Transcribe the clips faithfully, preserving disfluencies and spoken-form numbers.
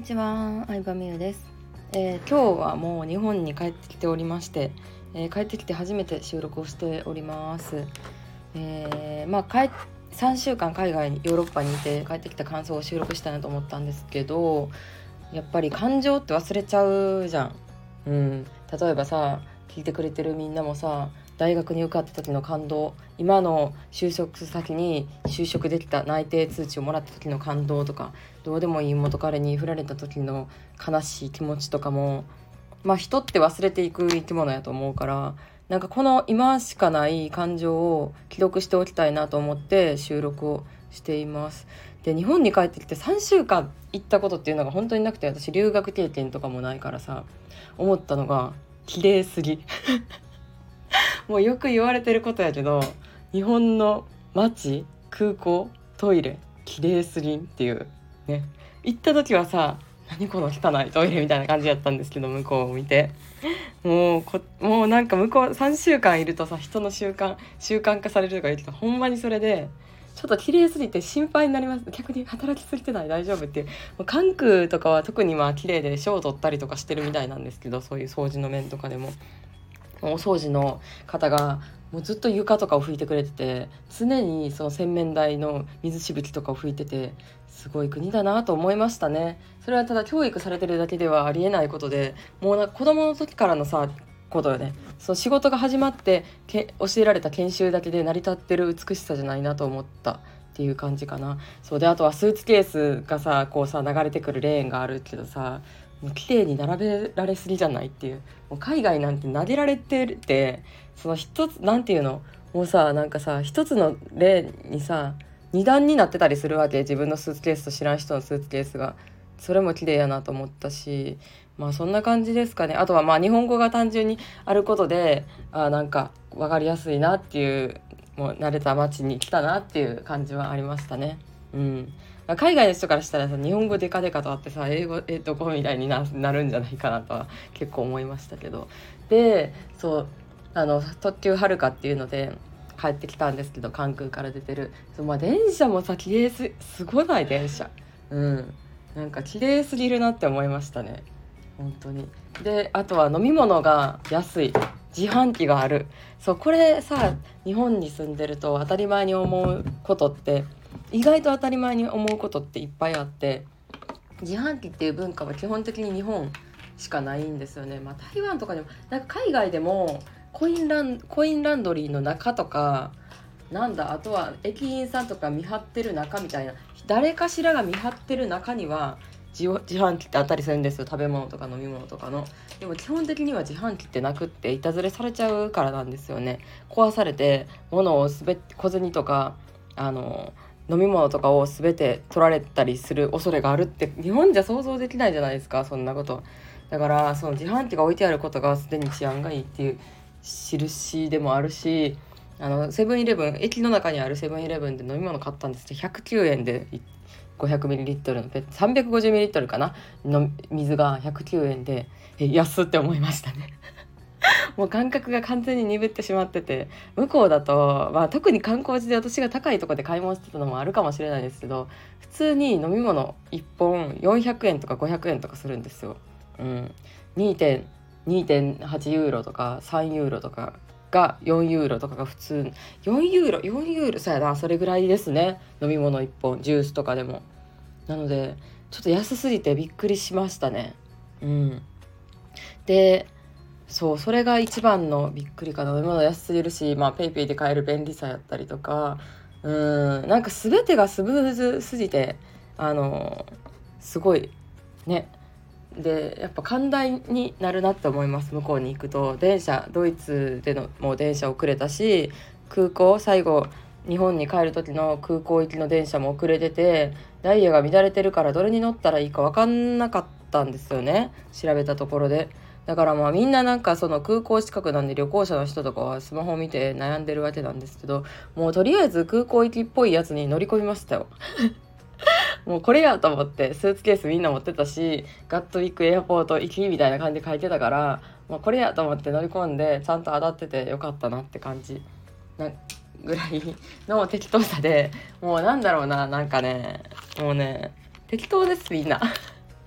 にちは、相葉美優です。えー、今日はもう日本に帰ってきておりまして、えー、帰ってきて初めて収録をしております。えー、まあ帰さんしゅうかん海外にヨーロッパにいて帰ってきた感想を収録したいなと思ったんですけど、やっぱり感情って忘れちゃうじゃん。うん、例えばさ、聞いてくれてるみんなもさ、大学に受かった時の感動、今の就職先に就職できた内定通知をもらった時の感動とか、どうでもいい元彼に振られた時の悲しい気持ちとかも、まあ人って忘れていく生き物やと思うから、なんかこの今しかない感情を記録しておきたいなと思って収録をしています。で、日本に帰ってきてさんしゅうかん行ったことっていうのが本当になくて、私留学経験とかもないからさ、思ったのが綺麗すぎもうよく言われてることやけど、日本の街、空港、トイレ綺麗すぎんっていうね。行った時はさ、何この汚いトイレみたいな感じやったんですけど、向こうを見てもうこもうなんか向こうさんしゅうかんいるとさ、人の習慣習慣化されるとか言ってた。ほんまにそれでちょっと綺麗すぎて心配になります。逆に働きすぎてない大丈夫っていう。もう関空とかは特にまあ綺麗で賞を取ったりとかしてるみたいなんですけど、そういう掃除の面とかでもお掃除の方がもうずっと床とかを拭いてくれてて、常にその洗面台の水しぶきとかを拭いてて、すごい国だなと思いましたね。それはただ教育されてるだけではありえないことで、もうなんか子供の時からのさことよね。その仕事が始まってけ教えられた研修だけで成り立ってる美しさじゃないなと思ったっていう感じかな。そうで、あとはスーツケースがさ、こうさ流れてくるレーンがあるけどさ、もう綺麗に並べられすぎじゃないっていう。もう海外なんて撫でられてるって、その一つなんていうの、もうさ、なんかさ、一つの例にさ二段になってたりするわけ。自分のスーツケースと知らん人のスーツケースが。それも綺麗やなと思ったし、まあそんな感じですかね。あとはまあ日本語が単純にあることで、あなんか分かりやすいなっていう、もう慣れた街に来たなっていう感じはありましたね。うん。海外の人からしたらさ、日本語デカデカとあってさ、英語えどこみたいに な, なるんじゃないかなとは結構思いましたけど。で、そうあの特急はるかっていうので帰ってきたんですけど、関空から出てるそう、まあ、電車もさ綺麗すすごない電車。うんなんか綺麗すぎるなって思いましたね、本当に。で、あとは飲み物が安い、自販機がある。そう、これさ、日本に住んでると当たり前に思うことって、意外と当たり前に思うことっていっぱいあって、自販機っていう文化は基本的に日本しかないんですよね。まあ台湾とかでも、なんか海外でもコインランコインランドリーの中とか、なんだ、あとは駅員さんとか見張ってる中みたいな、誰かしらが見張ってる中には自自販機ってあったりするんですよ。食べ物とか飲み物とかの。でも基本的には自販機ってなくって、いたずれされちゃうからなんですよね。壊されて物をすべて小銭とかあの飲み物とかを全て取られたりする恐れがあるって、日本じゃ想像できないじゃないですか、そんなこと。だからその自販機が置いてあることがすでに治安がいいっていう印でもあるし、あのセブンイレブン、駅の中にあるセブンイレブンで飲み物買ったんですって。ひゃくきゅうえんで ごひゃくミリリットル のペット、さんびゃくごじゅうミリリットル かなの水がひゃくきゅうえんで、え安って思いましたねもう感覚が完全に鈍ってしまってて、向こうだと、まあ、特に観光地で私が高いところで買い物してたのもあるかもしれないですけど、普通に飲み物いっぽんよんひゃくえんとかごひゃくえんとかするんですよ。うん、にてんはちユーロとかさんユーロとかがよんユーロとかが普通。よんユーロよんユーロ、そうやな、それぐらいですね。飲み物いっぽん、ジュースとかでも。なのでちょっと安すぎてびっくりしましたね。うんでそう、それが一番のびっくりかな。飲み物安すぎるし、まあペイペイで買える便利さやったりとか、うーんなんか全てがスムーズすぎて、あのすごいね。でやっぱ寛大になるなって思います。向こうに行くと電車、ドイツでのもう電車遅れたし、空港最後日本に帰る時の空港行きの電車も遅れてて、ダイヤが乱れてるからどれに乗ったらいいか分かんなかったんですよね、調べたところで。だからまあみんななんかその空港近くなんで、旅行者の人とかはスマホを見て悩んでるわけなんですけど、もうとりあえず空港行きっぽいやつに乗り込みましたよもうこれやと思って、スーツケースみんな持ってたし、ガットウィックエアポート行きみたいな感じで書いてたから、もうこれやと思って乗り込んで、ちゃんと当たっててよかったなって感じなぐらいの適当さで、もうなんだろうな、なんかね、もうね適当ですみんな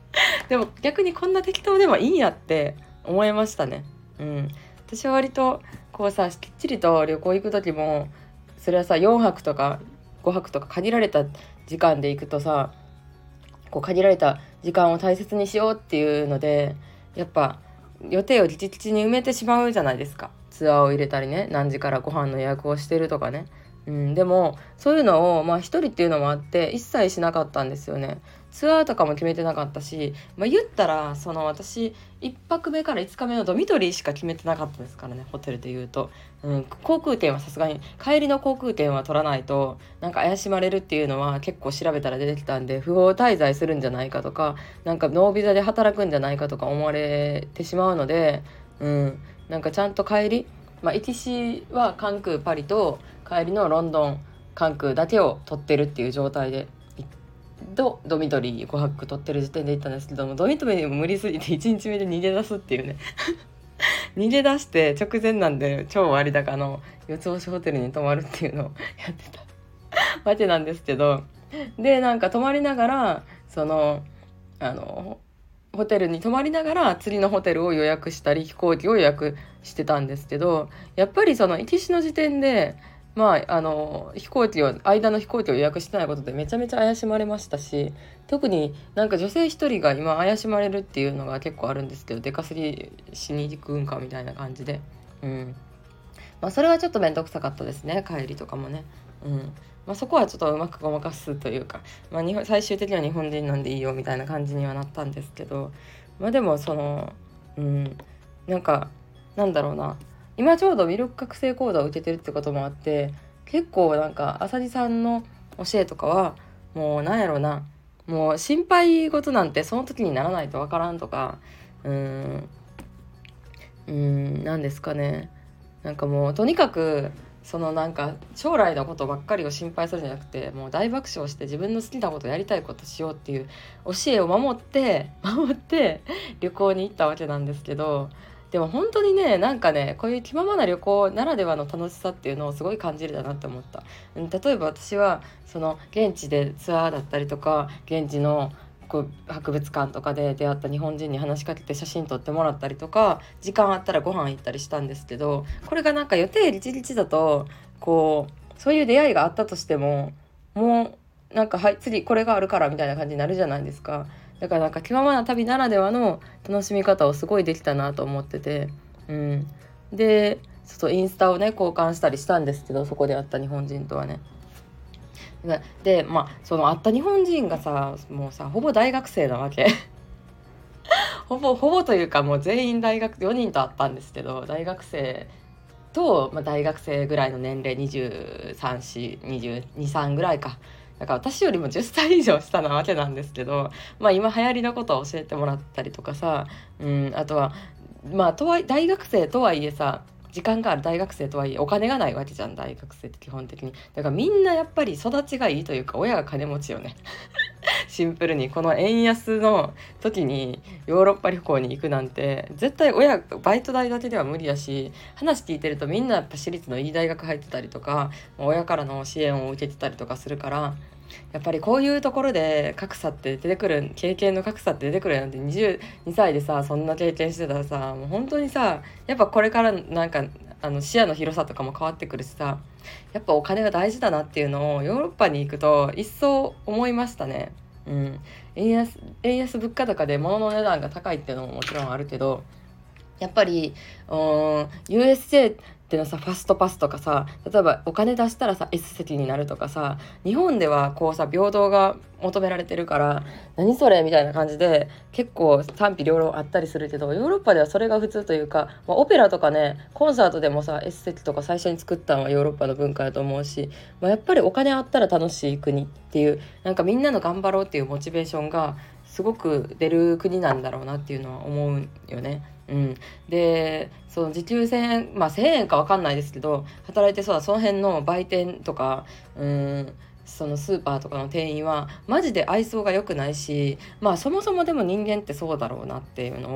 でも逆にこんな適当でもいいんやって思いましたね。うん、私は割とこうさきっちりと旅行行く時もそれはさよんはくとかごはくとか限られた時間で行くとさこう限られた時間を大切にしようっていうのでやっぱ予定をギチギチに埋めてしまうじゃないですか。ツアーを入れたりね何時からご飯の予約をしてるとかね。うん、でもそういうのをまあ一人っていうのもあって一切しなかったんですよね。ツアーとかも決めてなかったし、まあ、言ったらその私いっぱくめからいつかめのドミトリーしか決めてなかったですからね。ホテルで言うと、うん、航空券はさすがに帰りの航空券は取らないとなんか怪しまれるっていうのは結構調べたら出てきたんで、不法滞在するんじゃないかとかなんかノービザで働くんじゃないかとか思われてしまうので、うん、なんかちゃんと帰り、まあ、行きしは関空パリと帰りのロンドン関空だけを取ってるっていう状態でドドミトリーごはく取ってる時点で行ったんですけども、ドミトリーも無理すぎていちにちめで逃げ出すっていうね逃げ出して直前なんで超割高の四つ星ホテルに泊まるっていうのをやってたわけなんですけど、でなんか泊まりながらそのあのホテルに泊まりながら釣りのホテルを予約したり飛行機を予約してたんですけど、やっぱりその行きしの時点でまあ、あの飛行機を間の飛行機を予約してないことでめちゃめちゃ怪しまれましたし、特になんか女性一人が今怪しまれるっていうのが結構あるんですけど、出稼ぎしに行くんかみたいな感じで、うんまあ、それはちょっと面倒くさかったですね。帰りとかもね、うんまあ、そこはちょっとうまくごまかすというか、まあ、日本最終的には日本人なんでいいよみたいな感じにはなったんですけど、まあでもそのうんなんかなんだろうな、今ちょうど魅力覚醒講座を受けてるってこともあって結構なんか浅地さんの教えとかはもうなんやろうな、もう心配事なんてその時にならないとわからんとか、うーんうーんなんですかね、なんかもうとにかくそのなんか将来のことばっかりを心配するんじゃなくて、もう大爆笑して自分の好きなことやりたいことしようっていう教えを守って守って旅行に行ったわけなんですけど、でも本当にねなんかねこういう気ままな旅行ならではの楽しさっていうのをすごい感じるだなって思った。うん、例えば私はその現地でツアーだったりとか現地のこう博物館とかで出会った日本人に話しかけて写真撮ってもらったりとか時間あったらご飯行ったりしたんですけど、これがなんか予定リチリチだとこうそういう出会いがあったとしてももうなんかはい次これがあるからみたいな感じになるじゃないですか。だからなんか気ままな旅ならではの楽しみ方をすごいできたなと思ってて、うん、でちょっとインスタをね交換したりしたんですけど、そこで会った日本人とはね。でまあその会った日本人がさもうさほぼ大学生なわけほぼほぼというかもう全員大学よにんと会ったんですけど、大学生と、まあ、大学生ぐらいの年齢にじゅうさん、よん、にじゅうに、さんぐらいか、だから私よりもじゅっさい以上下なわけなんですけど、まあ今流行りのことを教えてもらったりとかさ、うん、あとはまあとはい大学生とはいえさ時間がある大学生とはいえお金がないわけじゃん大学生って基本的に。だからみんなやっぱり育ちがいいというか親が金持ちよねシンプルにこの円安の時にヨーロッパ旅行に行くなんて絶対親バイト代だけでは無理やし、話聞いてるとみんなやっぱ私立のいい大学入ってたりとか親からの支援を受けてたりとかするから、やっぱりこういうところで格差って出てくる、経験の格差って出てくるなんてにじゅうにさいでさそんな経験してたらさもう本当にさやっぱこれからなんかあの視野の広さとかも変わってくるしさ、やっぱお金が大事だなっていうのをヨーロッパに行くと一層思いましたね。うん、円安円安物価高で物の値段が高いっていうのももちろんあるけど、やっぱりうーん ユーエスジェー ってのさファストパスとかさ、例えばお金出したらさ S 席になるとかさ、日本ではこうさ平等が求められてるから何それみたいな感じで結構賛否両論あったりするけど、ヨーロッパではそれが普通というか、まあ、オペラとかねコンサートでもさ S 席とか最初に作ったのはヨーロッパの文化だと思うし、まあ、やっぱりお金あったら楽しい国っていうなんかみんなの頑張ろうっていうモチベーションがすごく出る国なんだろうなっていうのは思うよね。うん、でその時給せんえん、まあせんえんか分かんないですけど働いてそうだその辺の売店とかうんそのスーパーとかの店員はマジで愛想が良くないし、まあそもそもでも人間ってそうだろうなっていうのを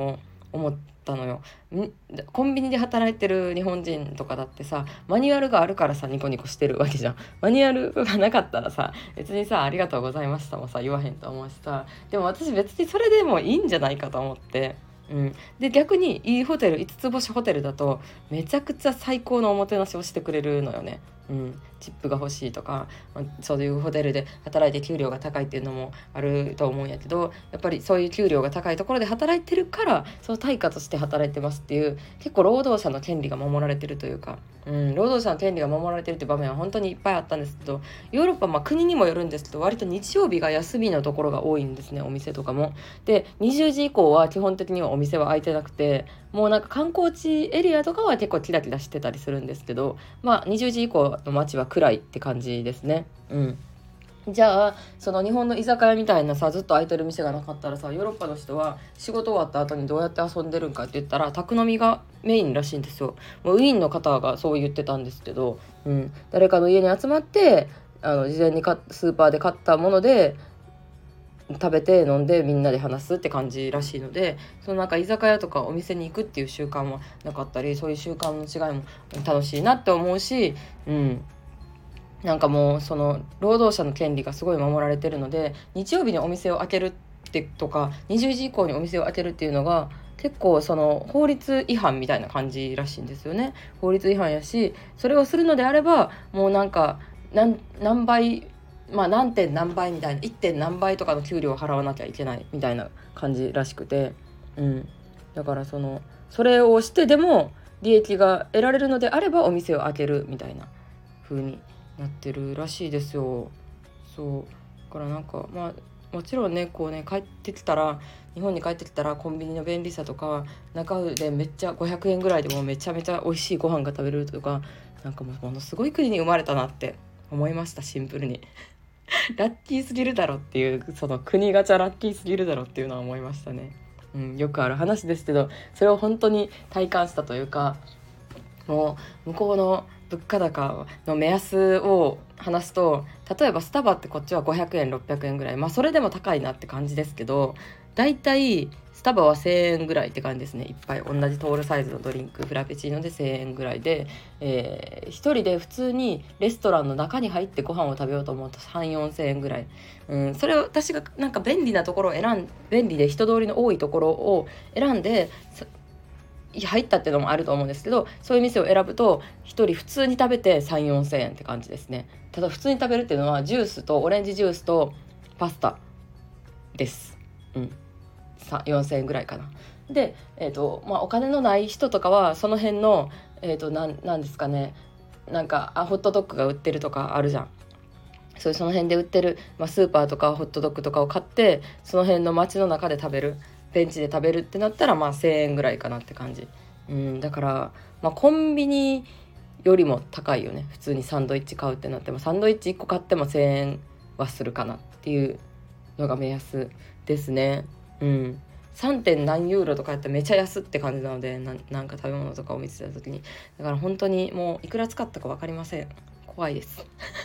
思ったのよ。んコンビニで働いてる日本人とかだってさ、マニュアルがあるからさニコニコしてるわけじゃん。マニュアルがなかったらさ、別にさありがとうございましたもさ言わへんと思うしさ、でも私別にそれでもいいんじゃないかと思って、うん、で逆にいいホテルいつつ星ホテルだとめちゃくちゃ最高のおもてなしをしてくれるのよね。うん、チップが欲しいとか、まあ、そういうホテルで働いて給料が高いっていうのもあると思うんやけど、やっぱりそういう給料が高いところで働いてるからその対価として働いてますっていう、結構労働者の権利が守られてるというか、うん、労働者の権利が守られてるっていう場面は本当にいっぱいあったんですけど、ヨーロッパまあ国にもよるんですけど割と日曜日が休みのところが多いんですね、お店とかも。でにじゅうじ以降は基本的にはお店は開いてなくて、もうなんか観光地エリアとかは結構キラキラしてたりするんですけど、まあにじゅうじ以降の街は暗いって感じですね。うん。じゃあその日本の居酒屋みたいなさずっと開いてる店がなかったらさ、ヨーロッパの人は仕事終わった後にどうやって遊んでるんかって言ったら宅飲みがメインらしいんですよ。もうウィーンの方がそう言ってたんですけど、うん、誰かの家に集まってあの事前にかスーパーで買ったもので食べて飲んでみんなで話すって感じらしいので、そのなんか居酒屋とかお店に行くっていう習慣はなかったり、そういう習慣の違いも楽しいなって思うし、うんなんかもうその労働者の権利がすごい守られてるので、日曜日にお店を開けるってとかにじゅうじ以降にお店を開けるっていうのが結構その法律違反みたいな感じらしいんですよね。法律違反やし、それをするのであればもうなんか何、何倍まあ何点何倍みたいな いってん 何倍とかの給料を払わなきゃいけないみたいな感じらしくて、うんだからそのそれをしてでも利益が得られるのであればお店を開けるみたいな風になってるらしいですよ。そうだからなんかまあもちろんねこうね帰ってきたら日本に帰ってきたらコンビニの便利さとか中でめっちゃごひゃくえんぐらいでもめちゃめちゃ美味しいご飯が食べれるとか、なんかもうものすごい国に生まれたなって思いました、シンプルに。ラッキーすぎるだろっていう、その国ガチャラッキーすぎるだろっていうのは思いましたね。うん、よくある話ですけど、それを本当に体感したというか、もう向こうの物価高の目安を話すと、例えばスタバってこっちはごひゃくえんろっぴゃくえんぐらい、まあそれでも高いなって感じですけど、だいたいスタバはせんえんぐらいって感じですね。いっぱい同じトールサイズのドリンクフラペチーノでせんえんぐらいで、えー、一人で普通にレストランの中に入ってご飯を食べようと思うとさん、よんせんえんぐらい、うん、それを私がなんか便利なところを選ん便利で人通りの多いところを選んで入ったっていうのもあると思うんですけど、そういう店を選ぶと一人普通に食べてさん、よんせんえんって感じですね。ただ普通に食べるっていうのはジュースとオレンジジュースとパスタです。うんよんせんえんぐらいかな。で、えーとまあ、お金のない人とかはその辺の、えーと、なん、なんですかね、なんかあホットドッグが売ってるとかあるじゃん。そういうその辺で売ってる、まあ、スーパーとかホットドッグとかを買ってその辺の街の中で食べる、ベンチで食べるってなったらまあせんえんぐらいかなって感じ。うんだから、まあ、コンビニよりも高いよね。普通にサンドイッチ買うってなってもサンドイッチいっこ買ってもせんえんはするかなっていうのが目安ですね。うん、さん. 点何ユーロとかやったらめちゃ安って感じなので、 な, なんか食べ物とかを見てた時に、だから本当にもういくら使ったか分かりません。怖いです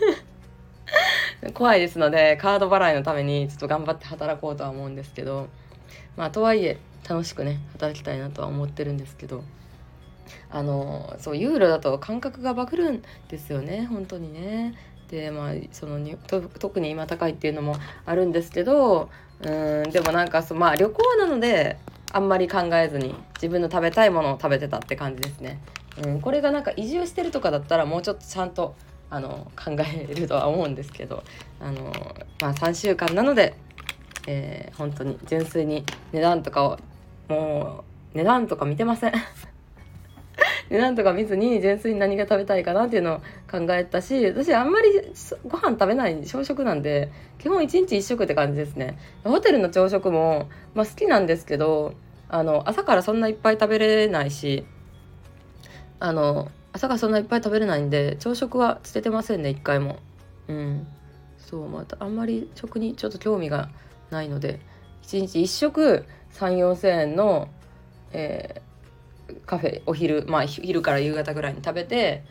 怖いですのでカード払いのためにちょっと頑張って働こうとは思うんですけど、まあとはいえ楽しくね働きたいなとは思ってるんですけど、あのそうユーロだと感覚がバグるんですよね本当にね。でまあそのにと特に今高いっていうのもあるんですけど、うんでもなんかそまあ旅行なのであんまり考えずに自分の食べたいものを食べてたって感じですね。うん、これがなんか移住してるとかだったらもうちょっとちゃんとあの考えるとは思うんですけど、あの、まあ、さんしゅうかんなので、えー、本当に純粋に値段とかをもう値段とか見てません値段とか見ずに純粋に何が食べたいかなっていうのを考えたし、私あんまりご飯食べない小食なんで基本いちにちいっ食って感じですね。ホテルの朝食も、まあ、好きなんですけど、あの朝からそんないっぱい食べれないし、あの朝からそんないっぱい食べれないんで朝食は捨ててませんね一回も。うんそうまたあんまり食にちょっと興味がないので、いちにちいっ食さん、よんせんえんの、えーカフェお昼まあ昼から夕方ぐらいに食べて、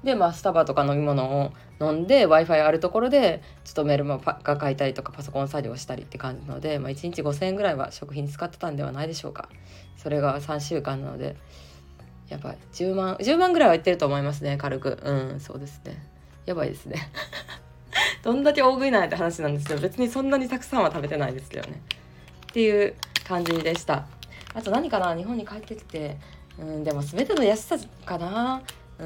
で、まあ、スタバとか飲み物を飲んで Wi-Fi あるところでちょっとメルマガ書いたりとかパソコン作業したりって感じなので、まあ、いちにちごせんえんぐらいは食費に使ってたんではないでしょうか。それがさんしゅうかんなのでやばい、じゅうまんじゅうまんぐらいはいってると思いますね、軽く。うん、そうですね、やばいですねどんだけ大食いなんやって話なんですけど、別にそんなにたくさんは食べてないですけどねっていう感じでした。あと何かな、日本に帰ってきて、うん、でも全ての安さかな。うん、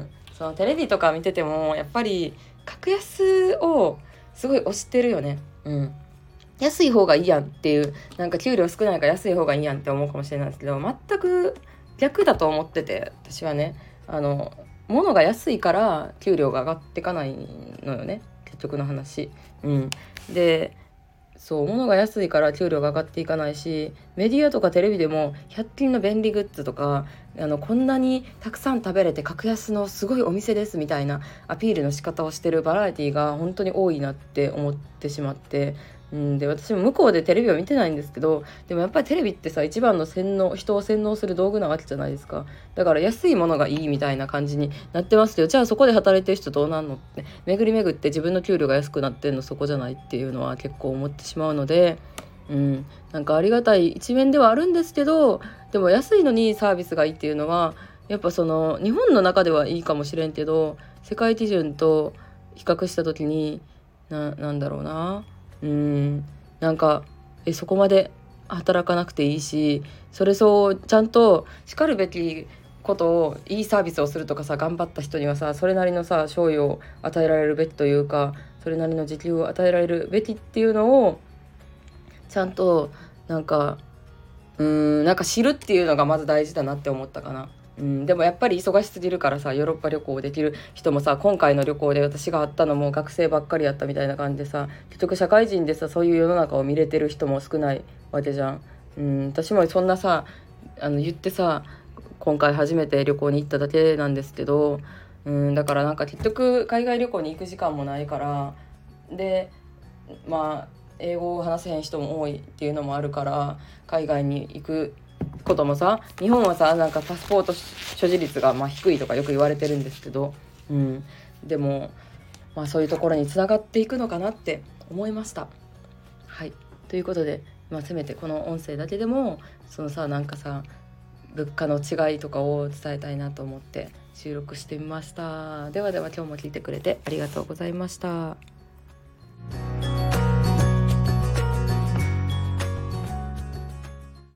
そのテレビとか見ててもやっぱり格安をすごい推してるよね。うん、安い方がいいやんっていう、なんか給料少ないから安い方がいいやんって思うかもしれないですけど、全く逆だと思ってて、私はね、あの物が安いから給料が上がっていかないのよね、結局の話。うん、でそう、物が安いから給料が上がっていかないし、メディアとかテレビでもひゃく均の便利グッズとか、あのこんなにたくさん食べれて格安のすごいお店ですみたいなアピールの仕方をしてるバラエティが本当に多いなって思ってしまって、うん、で私も向こうでテレビは見てないんですけど、でもやっぱりテレビってさ、一番の洗脳、人を洗脳する道具なわけじゃないですか。だから安いものがいいみたいな感じになってますよ。じゃあそこで働いてる人どうなんのって、巡り巡って自分の給料が安くなってんのそこじゃないっていうのは結構思ってしまうので、うん、なんかありがたい一面ではあるんですけど、でも安いのにサービスがいいっていうのはやっぱその日本の中ではいいかもしれんけど、世界基準と比較した時にな、なんだろうな、うん、なんかえそこまで働かなくていいし、それそうちゃんとしかるべきことを、いいサービスをするとかさ、頑張った人にはさ、それなりのさ賞与を与えられるべきというか、それなりの時給を与えられるべきっていうのをちゃんとなんかうーんなんか知るっていうのがまず大事だなって思ったかな。うん、でもやっぱり忙しすぎるからさ、ヨーロッパ旅行できる人もさ、今回の旅行で私が会ったのも学生ばっかりやったみたいな感じでさ、結局社会人でさ、そういう世の中を見れてる人も少ないわけじゃん。うん、私もそんなさ、あの言ってさ、今回初めて旅行に行っただけなんですけど、うん、だからなんか結局海外旅行に行く時間もないから、でまあ英語を話せへん人も多いっていうのもあるから、海外に行くこともさ、日本はさなんかパスポート所持率がまあ低いとかよく言われてるんですけど、うん、でもまあそういうところにつながっていくのかなって思いました。はい、ということで、まあ、せめてこの音声だけでもそのさ、なんかさ物価の違いとかを伝えたいなと思って収録してみました。ではでは今日も聞いてくれてありがとうございました。